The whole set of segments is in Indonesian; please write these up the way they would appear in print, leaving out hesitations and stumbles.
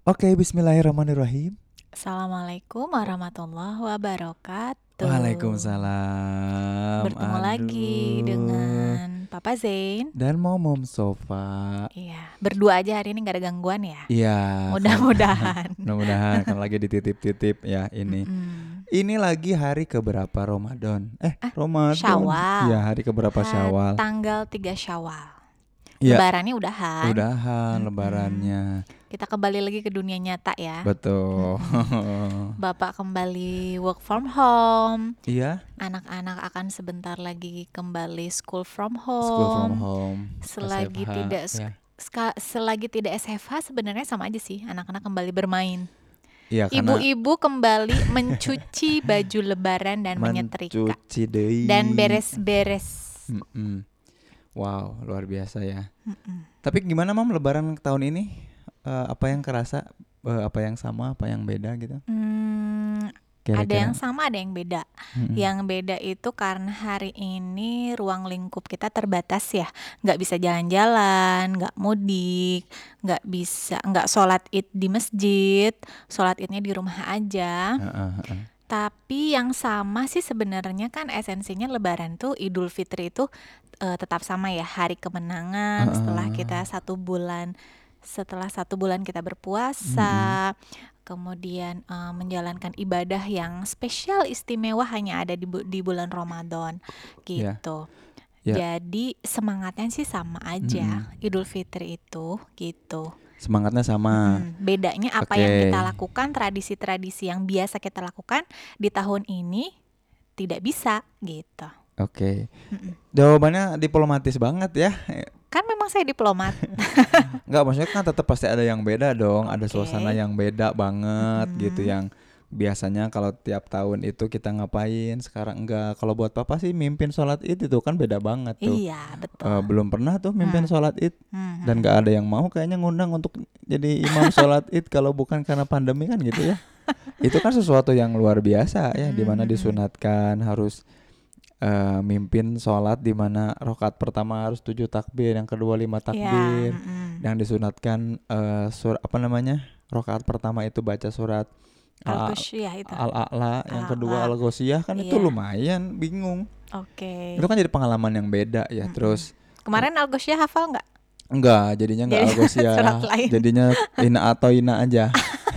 Oke, bismillahirrahmanirrahim. Assalamualaikum warahmatullahi wabarakatuh. Waalaikumsalam. Bertemu lagi Aduh. dengan Papa Zain. Dan Momom Sofa. Iya, berdua aja hari ini gak ada gangguan ya. Iya, kan Mudah-mudahan. mudah-mudahan kan lagi dititip-titip ya ini. Mm-mm. Ini lagi hari keberapa Ramadan? Ramadan. Iya, Syawal. hari keberapa Syawal? Tanggal 3 Syawal. Iya, Lebarannya udahan. udahan Mm-mm. lebarannya. Kita kembali lagi ke dunia nyata ya. Betul. Mm-mm. Bapak kembali work from home. Iya, Anak-anak akan sebentar lagi kembali school from school from home. home, Selagi SFH tidak ya. selagi tidak SFH sebenarnya sama aja sih, anak-anak kembali bermain. Iya, karena Ibu-ibu kembali mencuci baju lebaran dan menyetrika mencuci dan deui. beres-beres. Mm-mm. Wow, luar biasa ya. Mm-mm. Tapi gimana Mam lebaran tahun ini? Apa yang kerasa? Apa yang sama, apa yang beda gitu? Hmm, ada yang Kira-kira? sama, ada yang beda. Mm-mm. Yang beda itu karena hari ini ruang lingkup kita terbatas ya, nggak bisa jalan-jalan, nggak mudik, nggak sholat id di masjid, sholat idnya di rumah aja. Heeh, heeh. Tapi yang sama sih sebenarnya kan esensinya Lebaran tuh Idul Fitri itu tetap sama ya, hari kemenangan Heeh. setelah 1 bulan kita Mm-mm. berpuasa, kemudian menjalankan ibadah yang spesial istimewa hanya ada di bulan Ramadan Ya, gitu. ya. Jadi semangatnya sih sama aja Mm-mm. Idul Fitri itu gitu. Semangatnya sama. Bedanya apa yang kita Oke, lakukan, tradisi-tradisi yang biasa kita lakukan di tahun ini tidak bisa gitu. oke. Mm-mm. Jawabannya diplomatis banget ya. Kan memang saya diplomat. Enggak, maksudnya kan tetap pasti ada yang beda dong. Ada suasana Oke. yang beda banget gitu Mm-mm. yang biasanya kalau tiap tahun itu kita ngapain, sekarang enggak. Kalau buat papa sih mimpin sholat id itu kan beda banget tuh. Iya, betul. Belum pernah tuh mimpin Hmm. sholat id dan Hmm. gak ada yang mau kayaknya ngundang untuk jadi imam sholat id kalau bukan karena pandemi kan gitu ya. Itu kan sesuatu yang luar biasa ya, dimana Hmm. disunatkan harus mimpin sholat di mana rokaat pertama harus 7 takbir, yang kedua 5 takbir, Ya. Mm-mm. yang disunatkan apa namanya, rokaat pertama itu baca surat Al-Ghusyiyah itu. Al-A'la, yang kedua Ala. Al-Ghoshiyah, kan itu Iya. lumayan bingung. Oke. Itu kan jadi pengalaman yang beda ya. Mm-mm. Terus Kemarin Al-Ghusyiyah hafal nggak? enggak, jadinya enggak Jadi surat Al-Ghoshiyah, lain. jadinya ina atau ina aja.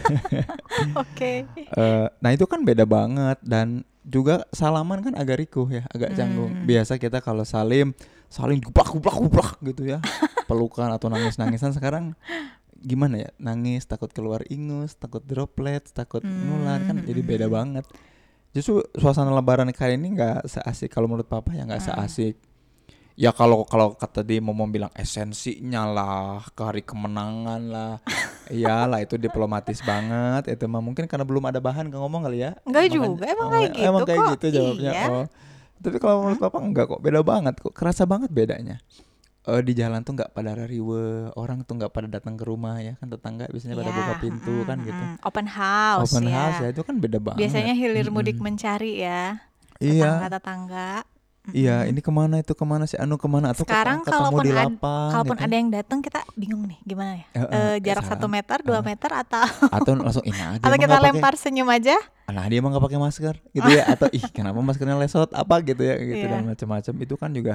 Oke. Nah itu kan beda banget, dan juga salaman kan agak rikuh ya, agak canggung. Hmm. Biasa kita kalau saling guplak guplak guplak gitu ya, pelukan atau nangis nangisan. Sekarang gimana ya, nangis takut keluar ingus, takut droplet, takut nular, kan jadi beda Hmm. banget. Justru suasana lebaran kali ini nggak seasik, kalau menurut papa ya nggak Hmm. seasik. Ya kalau kalau kata dia mau bilang esensinya lah, ke hari kemenangan lah. Iyalah itu diplomatis banget. Itu mah mungkin karena belum ada bahan ke ngomong kali ya. Enggak Makanya juga, emang kayak gitu emang kayak kok. gitu jawabnya. Iya. Oh. Tapi kalau Mm-mm. menurut papa enggak kok, beda banget kok. Kerasa banget bedanya. Di jalan tuh nggak pada rariwe, orang tuh nggak pada datang ke rumah ya kan, tetangga biasanya pada buka Iya, pintu kan gitu. Open house Open house ya. ya itu kan beda banget. Biasanya hilir mudik Mm-mm. mencari ya, Iya. tetangga-tetangga. Iya, Mm-mm. ini kemana itu kemana si Anu kemana, atau Sekarang ketemu di lapang kalaupun gitu. ada yang datang kita bingung nih gimana ya? Jarak satu Salam. meter, 2 meter atau Atau langsung dia atau emang kita nggak pakai, lempar senyum aja? dia emang nggak pakai masker gitu ya, atau kenapa maskernya lesot apa gitu ya gitu, dan Iya. macam-macam itu kan juga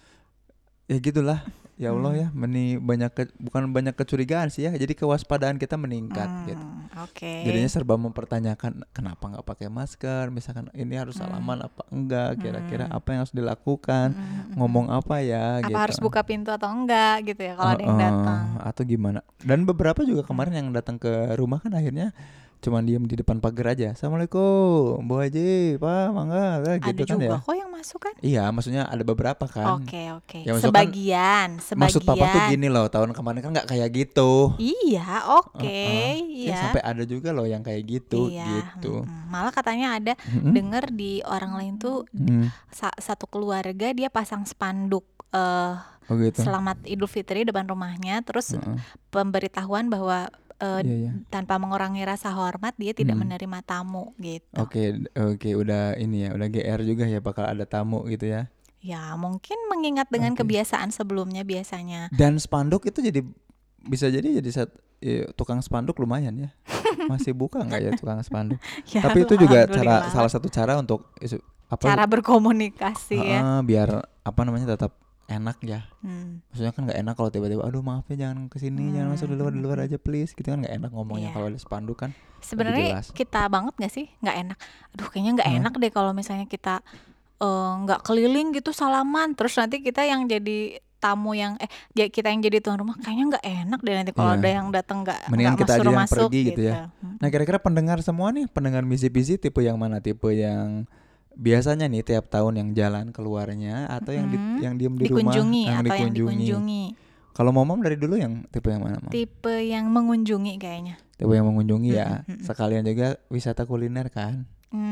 ya gitulah. Ya Allah ya, Hmm. bukan banyak kecurigaan sih ya, jadi kewaspadaan kita meningkat gitu. Oke. Jadinya serba mempertanyakan kenapa nggak pakai masker, misalkan ini harus Hmm. salaman apa enggak, kira-kira Hmm. apa yang harus dilakukan, ngomong apa ya Apa gitu. harus buka pintu atau enggak gitu ya kalau ada yang datang? Atau gimana. Dan beberapa juga Hmm. kemarin yang datang ke rumah kan akhirnya cuman diem di depan pagar aja. Assalamualaikum, Bu Haji, Pak, mangga, Ada gitu kan juga ya. kok yang masuk kan? Iya, maksudnya ada beberapa kan. Oke, oke. Ya maksudnya kan, Sebagian, maksud papa tuh sebagian. gini loh, tahun kemarin kan nggak kayak gitu. Iya, oke, Ya iya. sampai ada juga loh yang kayak gitu, Iya, gitu. malah katanya ada Mm-mm. denger di orang lain tuh Mm. satu keluarga dia pasang spanduk eh Oh gitu. selamat Idul Fitri depan rumahnya, terus Heeh. pemberitahuan bahwa Iya ya. tanpa mengurangi rasa hormat dia tidak Mm. menerima tamu gitu. Oke, oke, udah ini ya, udah GR juga ya bakal ada tamu gitu ya. Ya, mungkin mengingat dengan Oke. kebiasaan sebelumnya biasanya. Dan spanduk itu jadi bisa jadi tukang spanduk lumayan ya. Masih buka nggak ya tukang spanduk? Ya, Tapi itu juga alhamdulillah. salah satu cara untuk Cara berkomunikasi ya. biar apa namanya tetap enak ya. Hmm. Maksudnya kan nggak enak kalau tiba-tiba aduh maaf ya jangan kesini, jangan masuk di luar aja please gitu kan, nggak enak ngomongnya. Iya. Kalau ada spanduk kan lebih Sebenarnya jelas. kita banget gak sih nggak enak? Aduh kayaknya nggak Hah? enak deh kalau misalnya kita nggak keliling gitu salaman, terus nanti kita yang jadi tamu yang kita yang jadi tuan rumah, kayaknya nggak enak deh nanti kalau Iya. ada yang datang nggak Mendingan kita aja suruh yang masuk pergi gitu ya. Nah kira-kira pendengar semua nih, pendengar Misi-Misi tipe yang mana? Tipe yang biasanya nih tiap tahun yang jalan keluarnya, atau yang yang diem di rumah, dikunjungi yang atau yang dikunjungi? dikunjungi. Kalau Momom dari dulu yang tipe yang mana, Mom? Tipe yang mengunjungi kayaknya. Tipe yang mengunjungi ya. Sekalian juga wisata kuliner kan.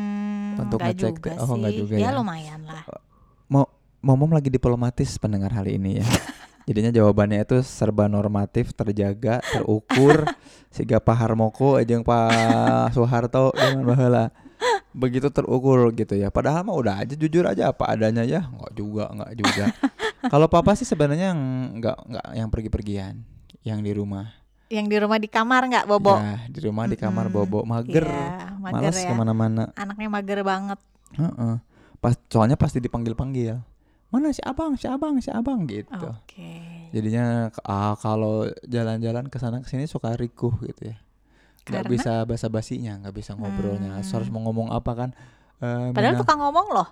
Untuk Nggak ngecek. juga Oh, nggak sih. juga Ya ya. lumayan lah. Momom lagi diplomatis pendengar hari ini ya. Jadinya jawabannya itu serba normatif, terjaga, terukur. Siga Pak Harmoko jeung Pak Soeharto dengan baheula. Begitu terukur gitu ya. Padahal mah udah aja jujur aja apa adanya ya. Enggak juga. Kalau papa sih sebenarnya enggak yang pergi-pergian, yang di rumah. Yang di rumah di kamar nggak bobo? Ya, di rumah di kamar bobo, mager. Iya, mager Malas ya. kemana-mana. Anaknya mager banget. Heeh. Soalnya pasti dipanggil-panggil. Mana si abang gitu. Oke. Jadinya kalau jalan-jalan ke sana ke sini suka rikuh gitu ya. Nggak Karena? bisa basa-basinya, nggak bisa ngobrolnya. Harus mau ngomong apa kan? Padahal tukang ngomong loh.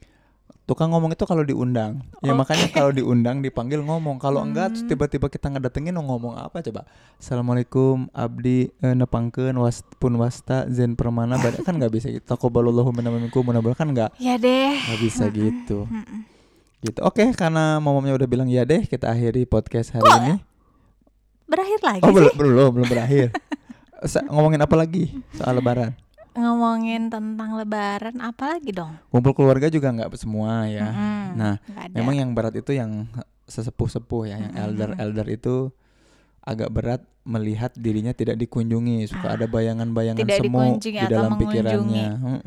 Tukang ngomong itu kalau diundang. Ya makanya kalau diundang dipanggil ngomong. Kalau enggak terus tiba-tiba kita ngedatengin ngomong apa coba? Assalamualaikum abdi nepangkeun pun wasta zen permana kan nggak bisa gitu. Taqabbalallahu minna minkum kan nggak. Ya deh. Nggak bisa gitu. Gitu. Oke, karena momomnya udah bilang ya deh, kita akhiri podcast hari ini. Berakhir lagi Oh, sih? belum berakhir. Ngomongin apa lagi soal lebaran? Ngomongin tentang lebaran apa lagi dong? Kumpul keluarga juga nggak semua ya. Nah, Nggak ada. memang yang berat itu yang sesepuh-sepuh ya, yang elder itu agak berat melihat dirinya tidak dikunjungi, suka ada bayangan-bayangan Tidak semu dikunjungi di atau dalam mengunjungi. pikirannya.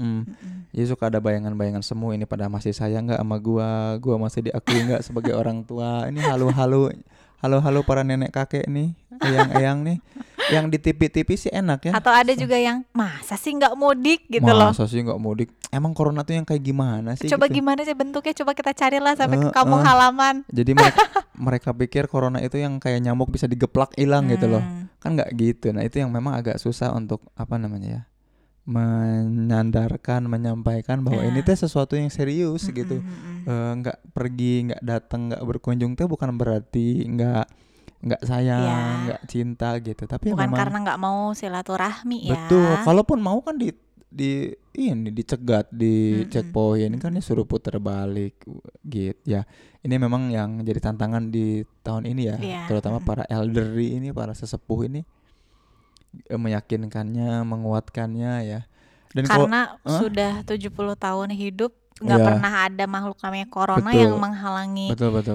Jadi suka ada bayangan-bayangan semu, ini pada masih sayang nggak sama gua masih diakui nggak sebagai orang tua, ini halo para nenek kakek nih, eyang-eyang nih, yang di TV sih enak ya. Atau ada juga yang masa sih nggak mudik gitu loh. Masa sih nggak mudik? Emang corona tuh yang kayak gimana sih? Coba gitu? gimana sih bentuknya? Coba kita carilah sampai ke kampung halaman. Jadi mereka pikir corona itu yang kayak nyamuk bisa digeplak hilang gitu loh. Kan nggak gitu. Nah itu yang memang agak susah untuk apa namanya ya, menyandarkan, menyampaikan bahwa ini teh sesuatu yang serius gitu. Nggak pergi, nggak datang, nggak berkunjung teh bukan berarti nggak sayang, nggak cinta gitu. Tapi bukan memang karena nggak mau silaturahmi ya. betul. Kalaupun mau kan ini dicegat di checkpoint kan disuruh putar balik gitu ya. Ini memang yang jadi tantangan di tahun ini ya, terutama para elderly ini, para sesepuh ini, meyakinkannya, menguatkannya ya. Dan karena sudah 70 tahun hidup nggak pernah ada makhluk namanya corona yang menghalangi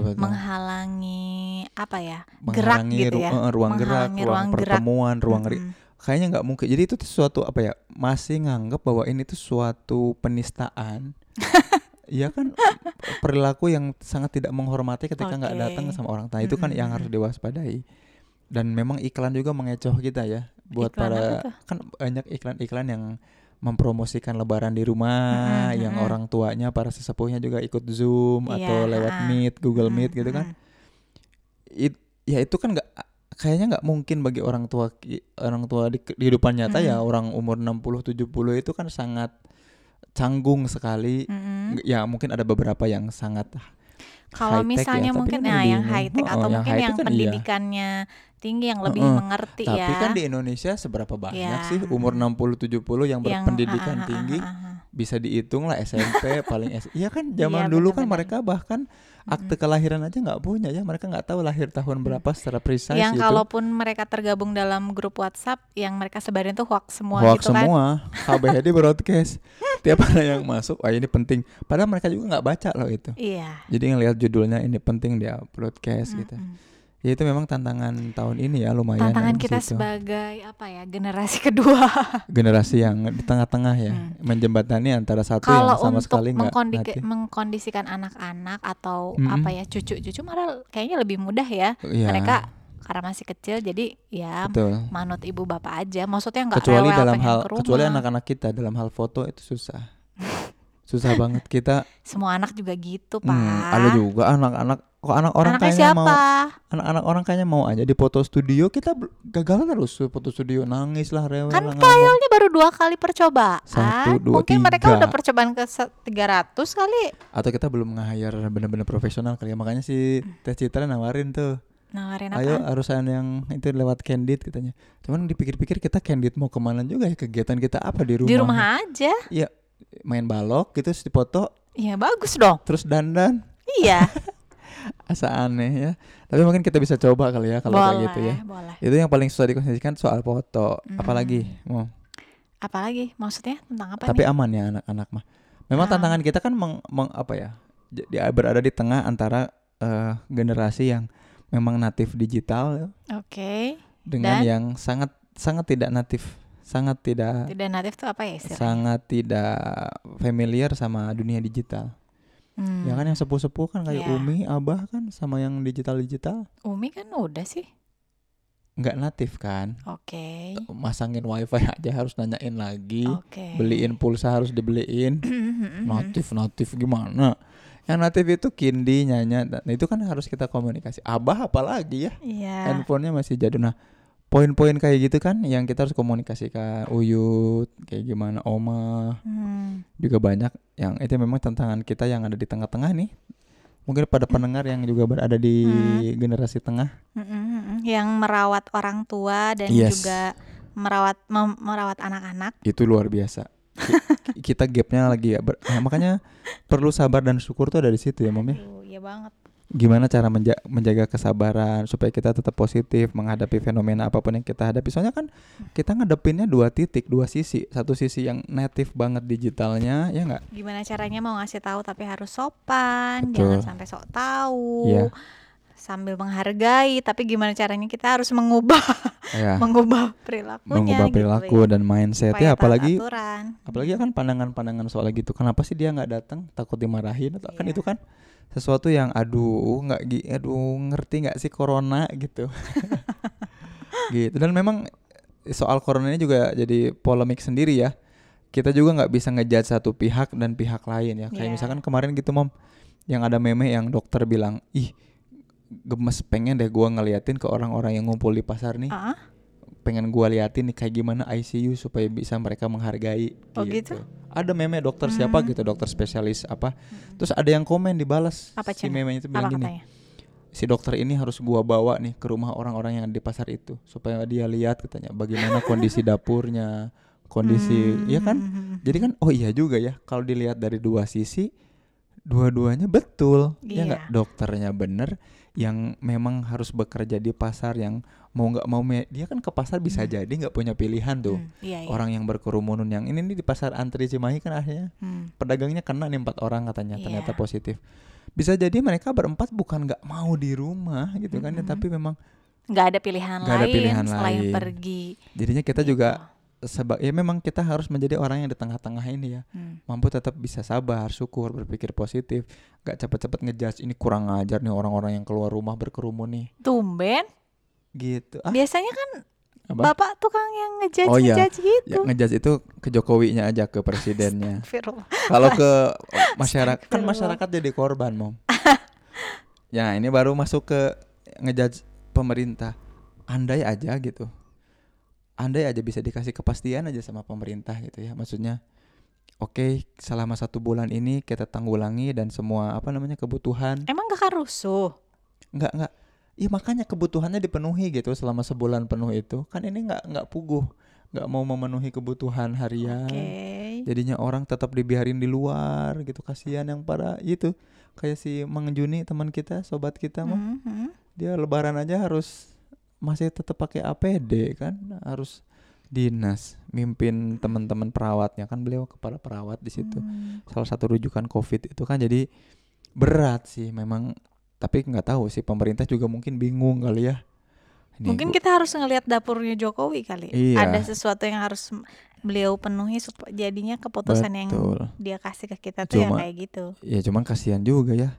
apa ya, gerak gitu ya, ruang gerak, ruang pertemuan, ruang kayaknya nggak mungkin. Jadi itu sesuatu apa ya, masih nganggap bahwa ini tuh suatu penistaan. Iya kan, perilaku yang sangat tidak menghormati ketika nggak datang sama orang tua. Itu kan yang harus diwaspadai. Dan memang iklan juga mengecoh kita ya, buat para kan banyak iklan-iklan yang mempromosikan lebaran di rumah, yang orang tuanya, para sesepuhnya juga ikut Zoom atau lewat Meet, Google Meet gitu kan. Ya itu kan kayaknya nggak mungkin bagi orang tua di kehidupan nyata ya. Orang umur 60-70 itu kan sangat canggung sekali. Ya mungkin ada beberapa yang sangat kalau misalnya mungkin yang high tech atau mungkin yang pendidikannya tinggi, yang lebih mengerti ya. Tapi kan di Indonesia seberapa banyak sih umur 60-70 yang berpendidikan tinggi? Bisa dihitung lah SMP paling Iya kan zaman dulu kan mereka bahkan akte kelahiran aja nggak punya ya, mereka nggak tahu lahir tahun berapa secara precise yang gitu. Kalaupun mereka tergabung dalam grup WhatsApp, yang mereka sebarin tuh hoax semua hoax gitu kan. Hoax semua, KBHD broadcast. Tiap ada yang masuk, ini penting. Padahal mereka juga nggak baca loh itu. Iya. Jadi ngelihat judulnya ini penting, dia broadcast gitu. Ya itu memang tantangan tahun ini ya, lumayan. Tantangan kita sebagai apa ya, generasi kedua. Generasi yang di tengah-tengah ya, menjembatani antara satu yang sama sekali nggak. Mengkondisikan anak-anak atau apa ya, cucu-cucu malah kayaknya lebih mudah ya. Mereka karena masih kecil, jadi ya Betul. manut ibu bapak aja. Maksudnya nggak Kecuali rewel dalam pengen hal, ke rumah. kecuali anak-anak kita dalam hal foto itu susah banget kita. Semua anak juga gitu, Ada Pak. juga anak-anak, kok anak orang Anaknya kayaknya mau, siapa? anak-anak orang kayaknya mau aja di foto studio, kita gagal terus foto studio, nangis lah, rewel Kan lah, ngamuk. kayaknya baru 2 kali percobaan. 1, 2, Mungkin mereka 3. udah percobaan ke 300 kali. Atau kita belum nge-hire bener-bener profesional kali ya, makanya si Teh Citra nawarin tuh, Nawarin ayo apaan? harusan yang itu lewat Candid katanya. Cuman dipikir-pikir kita Candid mau kemana juga ya, kegiatan kita apa di rumah? Di rumah aja. Iya, main balok gitu, foto, Iya bagus dong. terus dandan. Iya. Asa aneh ya. Tapi mungkin kita bisa coba kali ya kalau kayak gitu ya. Boleh. Itu yang paling susah dikonsumsikan soal foto. Apalagi mau. Apalagi? Maksudnya tentang apa Tapi nih? aman ya anak-anak mah. Memang tantangan kita kan apa ya? Berada di tengah antara generasi yang memang natif digital Oke. dengan Dan yang sangat tidak natif, tidak natif tuh apa ya istilahnya? sangat tidak familiar sama dunia digital. Ya kan yang sepuh-sepuh kan kayak Iya. Umi, Abah kan sama yang digital. Umi kan udah sih. Nggak natif kan. Oke. Masangin wifi aja harus nanyain lagi. Oke. Beliin pulsa harus dibeliin. Natif gimana? Yang natif itu Kindi, Nyanya. Nah itu kan harus kita komunikasi. Abah apalagi ya, Iya. handphonenya masih jadul. Nah poin-poin kayak gitu kan yang kita harus komunikasikan. Uyut kayak gimana, Oma juga banyak. Yang itu memang tantangan kita yang ada di tengah-tengah nih. Mungkin pada pendengar yang juga berada di generasi tengah, yang merawat orang tua dan Yes. juga merawat anak-anak. itu luar biasa. Kita gapnya lagi ya, makanya perlu sabar dan syukur tuh dari situ ya Mom ya. Aduh, iya banget. Gimana cara menjaga kesabaran supaya kita tetap positif menghadapi fenomena apapun yang kita hadapi. Soalnya kan kita ngadepinnya dua sisi. Satu sisi yang native banget digitalnya, ya nggak? Gimana caranya mau ngasih tahu tapi harus sopan, Betul. jangan sampai sok tahu. Iya. Sambil menghargai, tapi gimana caranya kita harus mengubah Ya, mengubah perilakunya mengubah gitu perilaku ya. dan mindset Supaya ya, taat apalagi aturan. kan pandangan-pandangan soal gitu. Kenapa sih dia nggak datang? Takut dimarahin atau kan Iya. itu kan sesuatu yang aduh ngerti nggak sih corona gitu. Gitu. Dan memang soal corona ini juga jadi polemik sendiri ya. Kita juga nggak bisa ngejudge satu pihak dan pihak lain ya. Kayak Iya. misalkan kemarin gitu Mom, yang ada meme yang dokter bilang, ih gemes, pengen deh gua ngeliatin ke orang-orang yang ngumpul di pasar nih. Pengen gua liatin nih kayak gimana ICU supaya bisa mereka menghargai. Oh gitu? Ada meme dokter siapa gitu, dokter spesialis apa. Terus ada yang komen dibalas. Apa Si Cina? meme itu Apa bilang gini, katanya? si dokter ini harus gua bawa nih ke rumah orang-orang yang di pasar itu supaya dia lihat katanya bagaimana kondisi dapurnya, kondisi, ya kan? Jadi kan oh iya juga ya, kalau dilihat dari dua sisi, dua-duanya betul. Ya Iya. nggak, dokternya bener, yang memang harus bekerja di pasar, yang mau nggak mau dia kan ke pasar bisa jadi nggak punya pilihan tuh. Iya, iya. Orang yang berkerumun yang ini nih di pasar Antri Cimahi kan akhirnya pedagangnya kena nih 4 orang katanya, ternyata Iya. positif. Bisa jadi mereka berempat bukan nggak mau di rumah gitu kan ya, tapi memang Nggak ada pilihan nggak ada lain pilihan selain lain. pergi. Jadinya kita Gitu. juga ya memang kita harus menjadi orang yang di tengah-tengah ini ya, mampu tetap bisa sabar, syukur, berpikir positif, nggak cepet-cepet ngejudge ini kurang ajar nih orang-orang yang keluar rumah berkerumun nih Tumben. gitu. Biasanya kan Apa? Bapak tukang yang ngejudge Oh iya, gitu. ya ngejudge itu ke Jokowinya aja, ke presidennya. Astagfirullah. Kalau ke masyarakat kan Astagfirullah. masyarakat jadi korban Mom. Ya ini baru masuk ke ngejudge pemerintah. Andai aja bisa dikasih kepastian aja sama pemerintah gitu ya. Maksudnya oke, selama 1 bulan ini kita tanggulangi dan semua kebutuhan. Emang gak kan rusuh? Enggak. Iya makanya kebutuhannya dipenuhi gitu selama sebulan penuh itu. Kan ini enggak puguh. Enggak mau memenuhi kebutuhan harian. Oke. Jadinya orang tetap dibiarin di luar gitu. Kasihan yang pada itu. Kayak si Mang Juni teman kita, sobat kita mah. Dia lebaran aja harus masih tetap pakai APD kan, harus dinas, mimpin teman-teman perawatnya kan, beliau kepala perawat di situ. Salah satu rujukan COVID itu kan, jadi berat sih memang. Tapi nggak tahu sih, pemerintah juga mungkin bingung kali ya. Mungkin kita harus ngelihat dapurnya Jokowi kali. Iya. Ada sesuatu yang harus beliau penuhi jadinya keputusan yang Betul. dia kasih ke kita tuh ya Cuma kayak gitu. ya cuman kasihan juga ya.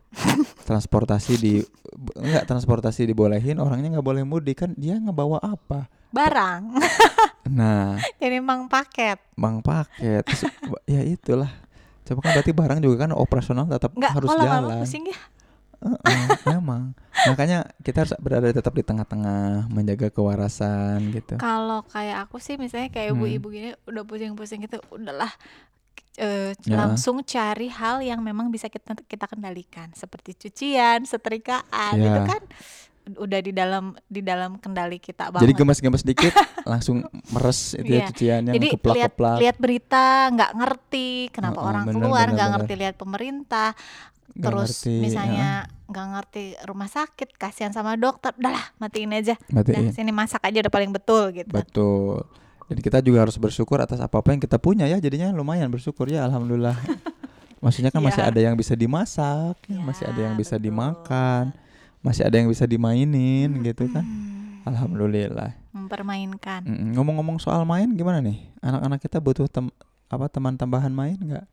transportasi dibolehin, orangnya nggak boleh mudik, kan dia ngebawa apa? Barang. Nah, Jadi mang paket. Terus, ya itulah. Coba kan berarti barang juga kan operasional tetap Nggak, harus kalau lama jalan. pusing ya. Memang. Makanya kita harus berada tetap di tengah-tengah, menjaga kewarasan gitu. Kalau kayak aku sih misalnya kayak ibu-ibu gini udah pusing-pusing gitu, udahlah Ya. langsung cari hal yang memang bisa kita kendalikan, seperti cucian, setrikaan, Ya. itu kan udah di dalam kendali kita banget. Jadi gemes-gemes dikit langsung meres itu ya Iya. cucian yang Jadi keplak-keplak. lihat berita nggak ngerti kenapa orang keluar, nggak bener. ngerti lihat pemerintah, Nggak terus ngerti, misalnya nggak ngerti rumah sakit, kasihan sama dokter, udahlah matiin aja. Matiin. Udah sini masak aja udah paling betul gitu. Betul. Dan kita juga harus bersyukur atas apa-apa yang kita punya ya, jadinya lumayan bersyukur ya, alhamdulillah. Maksudnya kan Ya. masih ada yang bisa dimasak, Ya, masih ada yang bisa betul. dimakan, masih ada yang bisa dimainin gitu kan. Alhamdulillah. Mempermainkan. Ngomong-ngomong soal main gimana nih? Anak-anak kita butuh teman tambahan main nggak?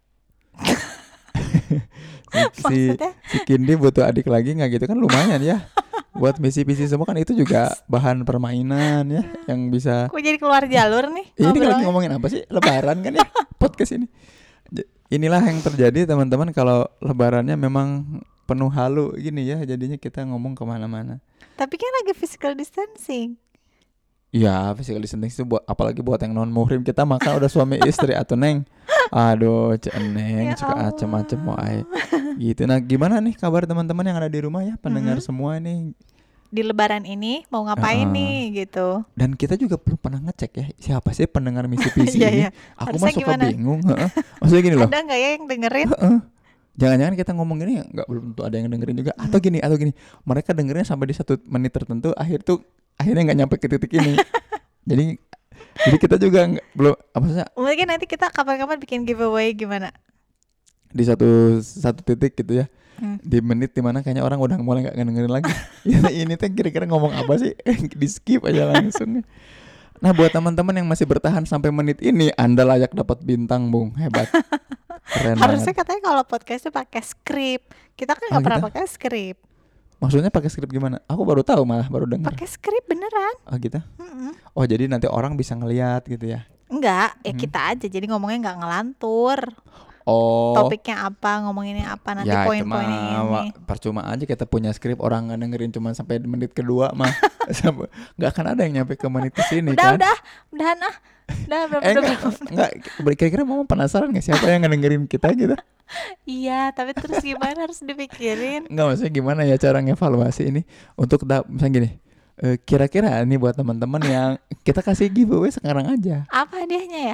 si Maksudnya? Kindi butuh adik lagi nggak gitu kan, lumayan ya. Buat misi-misi semua kan itu juga bahan permainan ya yang bisa. Kok jadi keluar jalur nih? Ini lagi ngobrolnya? ngomongin apa sih? Lebaran kan ya podcast ini. Inilah yang terjadi teman-teman kalau lebarannya memang penuh halu gini ya, jadinya kita ngomong kemana-mana. Tapi kan lagi physical distancing. Ya physical distancing itu apalagi buat yang non muhrim, kita makan udah suami istri atau neng. Aduh Neng Ya suka Allah. acem-acem wae. Gitu. Nah gimana nih kabar teman-teman yang ada di rumah ya, pendengar semua nih. Di lebaran ini mau ngapain nih gitu. Dan kita juga belum pernah ngecek ya siapa sih pendengar misi visi Iya, ini. iya. Aku Harusnya mah suka gimana? bingung. Maksudnya gini loh. Ada nggak ya yang dengerin? Jangan-jangan kita ngomong gini nggak belum tentu ada yang dengerin juga. Atau gini, mereka dengerinnya sampai di 1 menit tertentu, akhirnya nggak nyampe ke titik ini. jadi kita juga belum maksudnya Mungkin nanti kita kapan-kapan bikin giveaway gimana? di satu titik gitu ya. Di menit dimana kayaknya orang udah mulai nggak dengerin lagi. Ini tuh kira-kira ngomong apa sih? Di skip aja langsung. Nah buat teman-teman yang masih bertahan sampai menit ini, Anda layak dapat bintang, Bung. Hebat. Keren Harusnya banget. katanya kalau podcastnya pakai skrip. Kita kan nggak pernah gitu? pakai skrip. Maksudnya pakai skrip gimana? Aku baru tahu, malah baru dengar. Pakai skrip beneran? Oh gitu. Oh jadi nanti orang bisa ngelihat gitu ya? Enggak, ya kita aja. Jadi ngomongnya nggak ngelantur. Oh. Topiknya apa, ngomonginnya apa, nanti Ya poin-poinnya ini. percuma aja kita punya skrip, orang nggak dengerin cuma sampai menit kedua mah. Nggak akan ada yang nyampe ke menit kesini kan? Udahan ah. Enggak, kira-kira mama penasaran nggak siapa yang ngedengerin kita gitu? Iya, tapi terus gimana harus dipikirin. Enggak, maksudnya gimana ya cara ngevaluasi ini untuk misalnya gini. Kira-kira nih buat teman-teman yang kita kasih giveaway sekarang aja. Apa hadiahnya ya?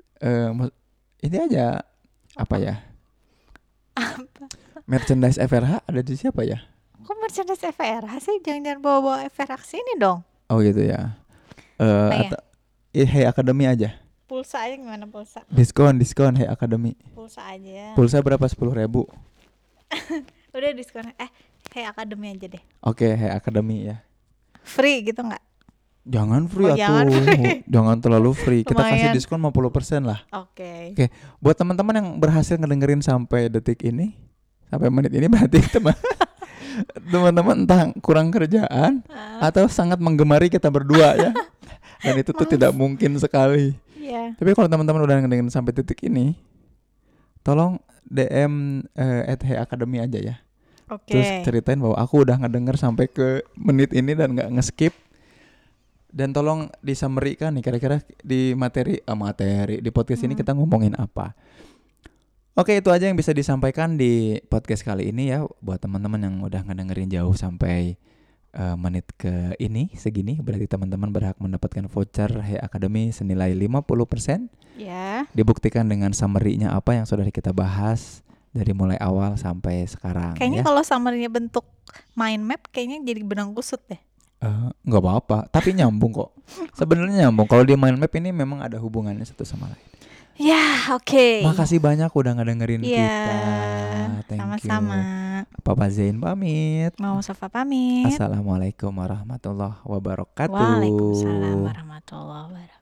Ini aja apa ya? Merchandise FRH ada di siapa ya? Kok merchandise FRH sih? Jangan bawa-bawa FRH sini dong. Oh gitu ya. Atau Hey Academy aja. Pulsa aja gimana pulsa? Diskon Hey Academy. Pulsa aja. Pulsa berapa? 10.000. Udah diskon. Hey Academy aja deh. Oke, Hey Academy ya. Free gitu nggak? Jangan free atuh. Jangan free. Jangan terlalu free. Kita kasih Lumayan. diskon 50% lah. Oke. Buat teman-teman yang berhasil ngedengerin sampai detik ini, sampai menit ini, berarti teman-teman entah kurang kerjaan atau sangat menggemari kita berdua ya. Dan itu tuh tidak mungkin sekali. Iya. Tapi kalau teman-teman udah ngedengerin sampai titik ini, tolong DM @Hey Academy aja ya. Oke. Terus ceritain bahwa aku udah ngedenger sampai ke menit ini dan gak nge-skip. Dan tolong di-summary kan nih kira-kira di materi di podcast ini kita ngomongin apa. Oke, itu aja yang bisa disampaikan di podcast kali ini ya. Buat teman-teman yang udah ngedengerin jauh sampai menit ke ini segini, berarti teman-teman berhak mendapatkan voucher Hey Academy senilai 50%. Ya. Dibuktikan dengan summary-nya apa yang sudah kita bahas dari mulai awal sampai sekarang. Kayaknya ya. kalau summary-nya bentuk mind map kayaknya jadi benang kusut deh. Nggak apa-apa, tapi nyambung kok. Sebenarnya nyambung. Kalau di mind map ini memang ada hubungannya satu sama lain. Ya, oke. Makasih banyak udah ngedengerin kita. Thank sama-sama. you. Papa Zain pamit. Mau Safa pamit. Assalamualaikum warahmatullahi wabarakatuh. Waalaikumsalam warahmatullahi wabarakatuh.